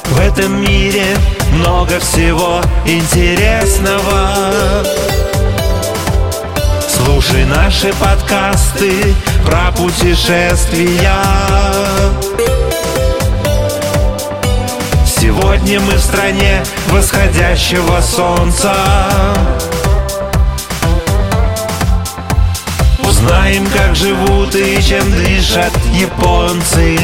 В этом мире много всего интересного. Слушай наши подкасты про путешествия. Сегодня мы в стране восходящего солнца. Узнаем, как живут и чем дышат японцы.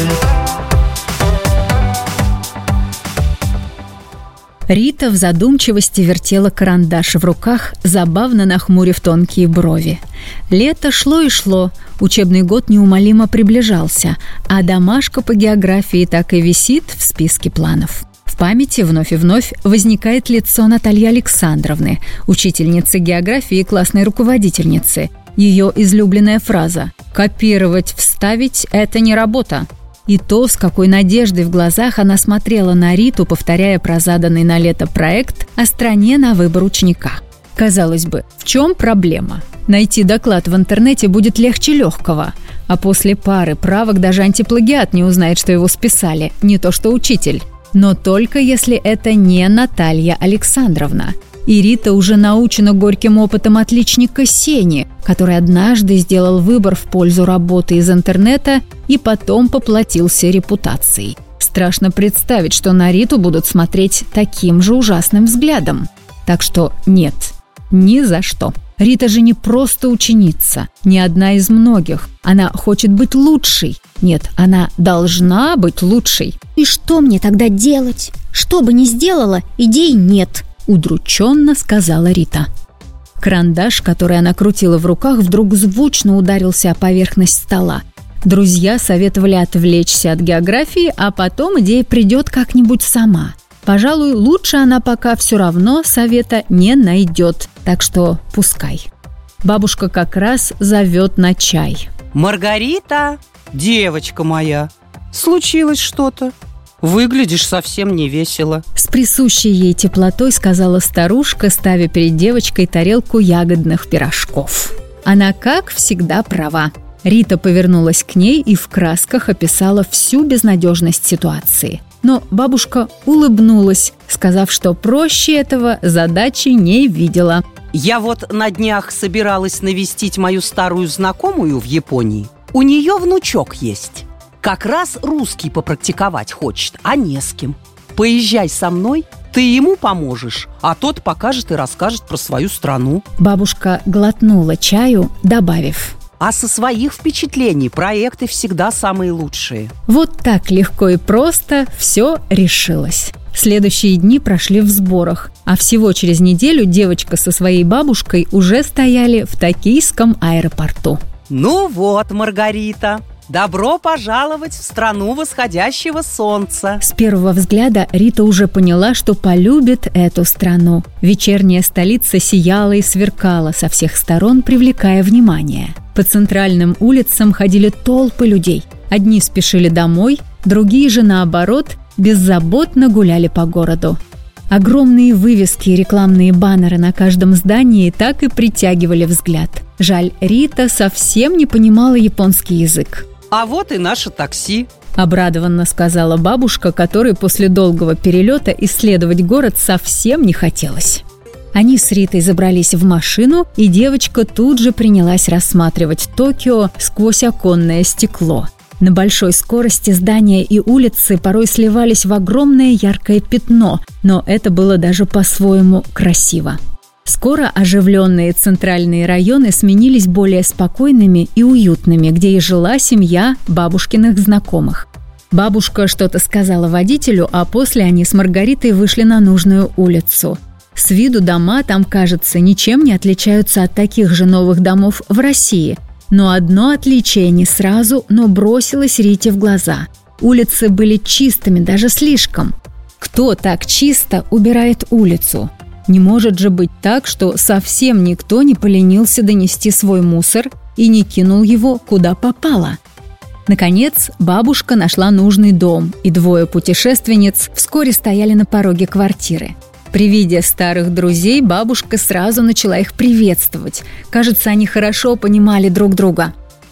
Рита в задумчивости вертела карандаш в руках, забавно нахмурив тонкие брови. Лето шло и шло, учебный год неумолимо приближался, а домашка по географии так и висит в списке планов. В памяти вновь и вновь возникает лицо Натальи Александровны, учительницы географии и классной руководительницы. Ее излюбленная фраза «Копировать, вставить – это не работа». И то, с какой надеждой в глазах она смотрела на Риту, повторяя про заданный на лето проект о стране на выбор ученика. Казалось бы, в чем проблема? Найти доклад в интернете будет легче легкого, а после пары правок даже антиплагиат не узнает, что его списали, не то что учитель. Но только если это не Наталья Александровна. И Рита уже научена горьким опытом отличника Сени, который однажды сделал выбор в пользу работы из интернета и потом поплатился репутацией. Страшно представить, что на Риту будут смотреть таким же ужасным взглядом. Так что нет, ни за что. Рита же не просто ученица, не одна из многих. Она хочет быть лучшей. Нет, она должна быть лучшей. И что мне тогда делать? Что бы ни сделала, идей нет. Удрученно сказала Рита. Карандаш, который она крутила в руках, вдруг звучно ударился о поверхность стола. Друзья советовали отвлечься от географии, а потом идея придет как-нибудь сама. Пожалуй, лучше она пока все равно совета не найдет, так что пускай. Бабушка как раз зовет на чай. Маргарита, девочка моя, случилось что-то? Выглядишь совсем не весело. С присущей ей теплотой сказала старушка, ставя перед девочкой тарелку ягодных пирожков. Она, как всегда, права. Рита повернулась к ней и в красках описала всю безнадежность ситуации. Но бабушка улыбнулась, сказав, что проще этого задачи не видела. Я вот на днях собиралась навестить мою старую знакомую в Японии. У нее внучок есть. Как раз русский попрактиковать хочет, а не с кем. Поезжай со мной, ты ему поможешь, а тот покажет и расскажет про свою страну. Бабушка глотнула чаю, добавив: а со своих впечатлений проекты всегда самые лучшие. Вот так легко и просто все решилось. Следующие дни прошли в сборах, а всего через неделю девочка со своей бабушкой уже стояли в токийском аэропорту. Ну вот, Маргарита, добро пожаловать в страну восходящего солнца. С первого взгляда Рита уже поняла, что полюбит эту страну. Вечерняя столица сияла и сверкала со всех сторон, привлекая внимание. По центральным улицам ходили толпы людей. Одни спешили домой, другие же, наоборот, беззаботно гуляли по городу. Огромные вывески и рекламные баннеры на каждом здании так и притягивали взгляд. Жаль, Рита совсем не понимала японский язык. А вот и наше такси, обрадованно сказала бабушка, которой после долгого перелета исследовать город совсем не хотелось. Они с Ритой забрались в машину, и девочка тут же принялась рассматривать Токио сквозь оконное стекло. На большой скорости здания и улицы порой сливались в огромное яркое пятно, но это было даже по-своему красиво. Скоро оживленные центральные районы сменились более спокойными и уютными, где и жила семья бабушкиных знакомых. Бабушка что-то сказала водителю, а после они с Маргаритой вышли на нужную улицу. С виду дома там, кажется, ничем не отличаются от таких же новых домов в России. Но одно отличие не сразу, но бросилось Рите в глаза. Улицы были чистыми, даже слишком. Кто так чисто убирает улицу? Не может же быть так, что совсем никто не поленился донести свой мусор и не кинул его куда попало. Наконец, бабушка нашла нужный дом, и двое путешественниц вскоре стояли на пороге квартиры. При виде старых друзей бабушка сразу начала их приветствовать. Кажется, они хорошо понимали друг друга.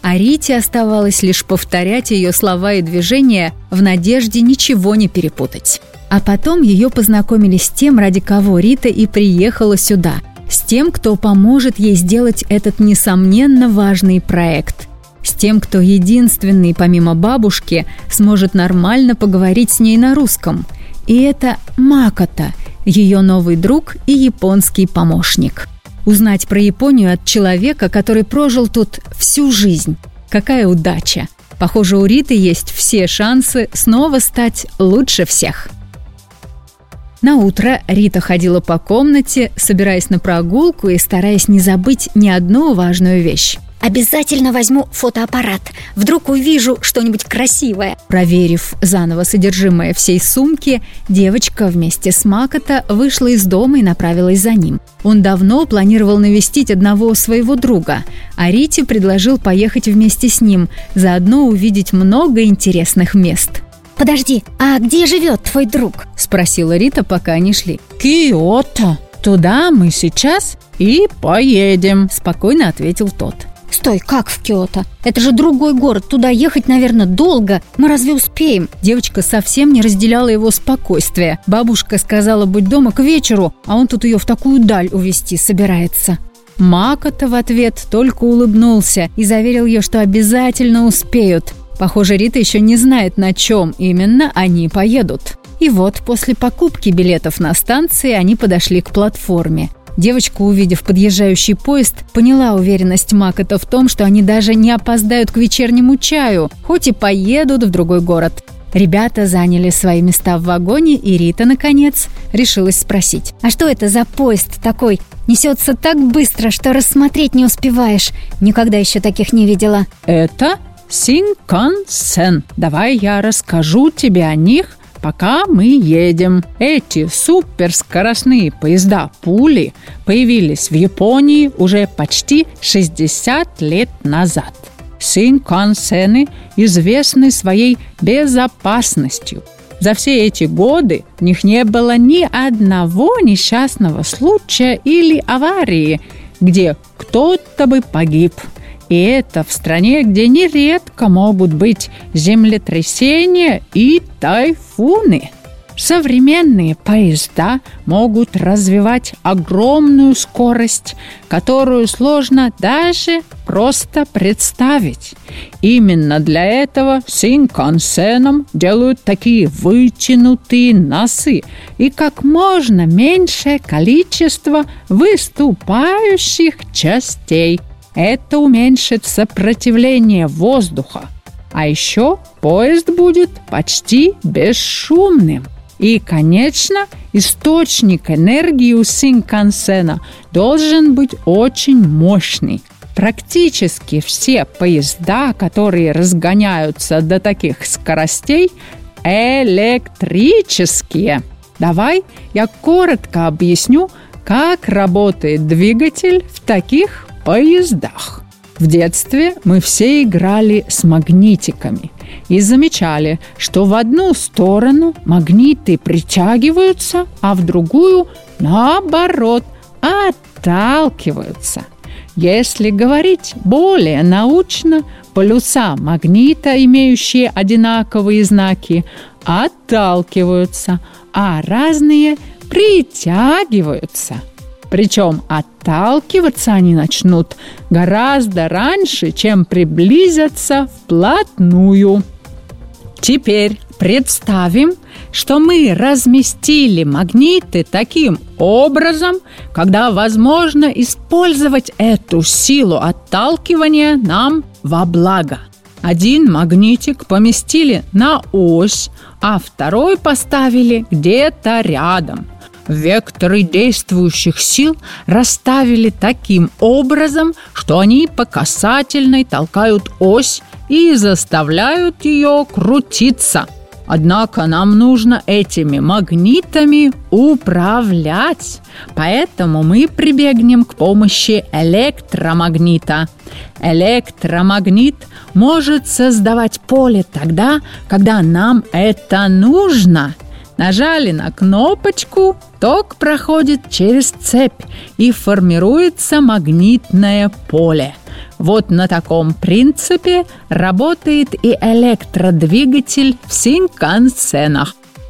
а Рите оставалось лишь повторять ее слова и движения в надежде ничего не перепутать. А потом ее познакомили с тем, ради кого Рита и приехала сюда, с тем, кто поможет ей сделать этот несомненно важный проект, с тем, кто единственный, помимо бабушки, сможет нормально поговорить с ней на русском. И это Макото, ее новый друг и японский помощник. Узнать про Японию от человека, который прожил тут всю жизнь. Какая удача! Похоже, у Риты есть все шансы снова стать лучше всех. На утро Рита ходила по комнате, собираясь на прогулку и стараясь не забыть ни одну важную вещь. Обязательно возьму фотоаппарат. Вдруг увижу что-нибудь красивое. Проверив заново содержимое всей сумки, девочка вместе с Макото вышла из дома и направилась за ним. Он давно планировал навестить одного своего друга, а Рите предложил поехать вместе с ним, заодно увидеть много интересных мест. Подожди, а где живет твой друг? Спросила Рита, пока они шли. «Киото. Туда мы сейчас и поедем», – спокойно ответил тот. Стой, как в Киото? Это же другой город, туда ехать, наверное, долго. Мы разве успеем? Девочка совсем не разделяла его спокойствия. Бабушка сказала быть дома к вечеру, а он тут ее в такую даль увезти собирается. Макото в ответ только улыбнулся и заверил ее, что обязательно успеют. Похоже, Рита еще не знает, на чем именно они поедут. И вот после покупки билетов на станции они подошли к платформе. Девочка, увидев подъезжающий поезд, поняла уверенность Макото в том, что они даже не опоздают к вечернему чаю, хоть и поедут в другой город. Ребята заняли свои места в вагоне, и Рита, наконец, решилась спросить. А что это за поезд такой? Несется так быстро, что рассмотреть не успеваешь. Никогда еще таких не видела. Это Синкансен. Давай я расскажу тебе о них, пока мы едем. Эти суперскоростные поезда «Пули» появились в Японии уже почти 60 лет назад. Синкансены известны своей безопасностью. За все эти годы в них не было ни одного несчастного случая или аварии, где кто-то бы погиб. И это в стране, где нередко могут быть землетрясения и тайфуны. Современные поезда могут развивать огромную скорость, которую сложно даже просто представить. Именно для этого Синкансенам делают такие вытянутые носы и как можно меньшее количество выступающих частей. Это уменьшит сопротивление воздуха. А еще поезд будет почти бесшумным. И, конечно, источник энергии у Синкансена должен быть очень мощный. Практически все поезда, которые разгоняются до таких скоростей, электрические. Давай я коротко объясню, как работает двигатель в таких поездах. В детстве мы все играли с магнитиками и замечали, что в одну сторону магниты притягиваются, а в другую, наоборот, отталкиваются. Если говорить более научно, полюса магнита, имеющие одинаковые знаки, отталкиваются, а разные притягиваются. Причем отталкиваться они начнут гораздо раньше, чем приблизятся вплотную. Теперь представим, что мы разместили магниты таким образом, когда возможно использовать эту силу отталкивания нам во благо. Один магнитик поместили на ось, а второй поставили где-то рядом. Векторы действующих сил расставили таким образом, что они по касательной толкают ось и заставляют ее крутиться. Однако нам нужно этими магнитами управлять, поэтому мы прибегнем к помощи электромагнита. Электромагнит может создавать поле тогда, когда нам это нужно. Нажали на кнопочку, ток проходит через цепь и формируется магнитное поле. Вот на таком принципе работает и электродвигатель в синкансенах.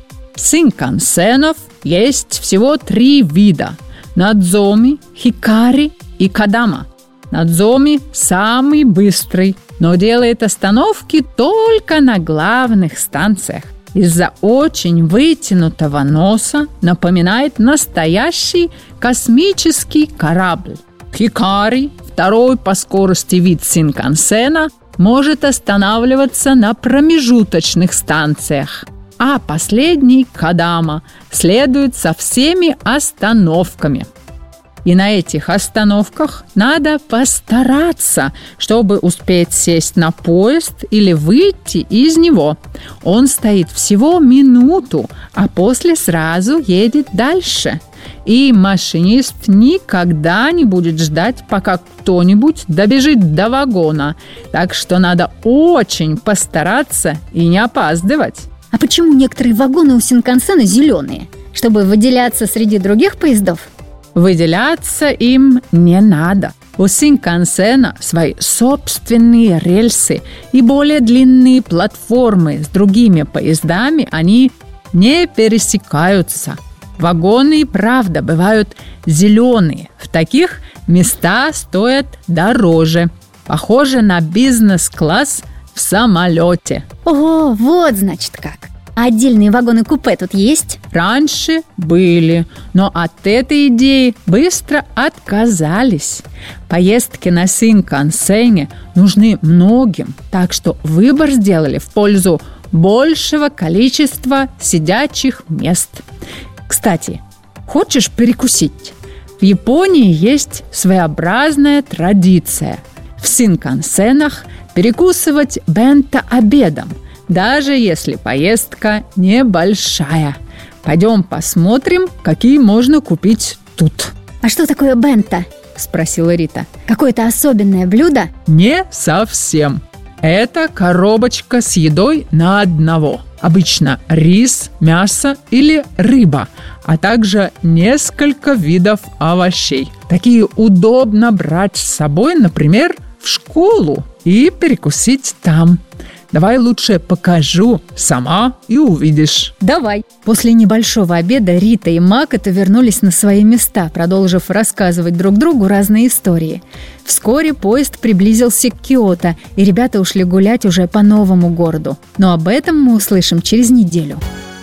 Синкансенов есть всего 3 вида – Надзоми, Хикари и Кадама. Надзоми самый быстрый, но делает остановки только на главных станциях. Из-за очень вытянутого носа напоминает настоящий космический корабль. Хикари, второй по скорости вид синкансена, может останавливаться на промежуточных станциях, а последний, Кадама, следует со всеми остановками. И на этих остановках надо постараться, чтобы успеть сесть на поезд или выйти из него. Он стоит всего минуту, а после сразу едет дальше. И машинист никогда не будет ждать, пока кто-нибудь добежит до вагона. Так что надо очень постараться и не опаздывать. А почему некоторые вагоны у синкансена зеленые? Чтобы выделяться среди других поездов? Выделяться им не надо. У синкансена свои собственные рельсы и более длинные платформы. С другими поездами они не пересекаются. Вагоны, правда, бывают зеленые. В таких места стоят дороже. Похоже на бизнес-класс в самолете. О, вот значит как. А отдельные вагоны-купе тут есть? Раньше были, но от этой идеи быстро отказались. Поездки на синкансене нужны многим, так что выбор сделали в пользу большего количества сидячих мест. Кстати, хочешь перекусить? В Японии есть своеобразная традиция. В синкансенах перекусывать бенто обедом, даже если поездка небольшая. Пойдем посмотрим, какие можно купить тут. А что такое бенто? Спросила Рита. Какое-то особенное блюдо? Не совсем. Это коробочка с едой на одного. Обычно рис, мясо или рыба, а также несколько видов овощей. Такие удобно брать с собой, например, в школу и перекусить там. Давай лучше покажу сама и увидишь. Давай. После небольшого обеда Рита и Макото вернулись на свои места, продолжив рассказывать друг другу разные истории. Вскоре поезд приблизился к Киото, и ребята ушли гулять уже по новому городу. Но об этом мы услышим через неделю.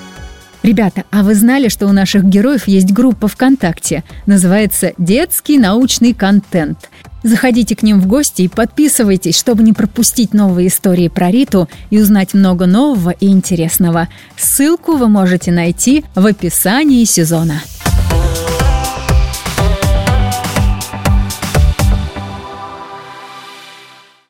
Ребята, а вы знали, что у наших героев есть группа ВКонтакте? Называется «Детский научный контент». Заходите к ним в гости и подписывайтесь, чтобы не пропустить новые истории про Риту и узнать много нового и интересного. Ссылку вы можете найти в описании сезона.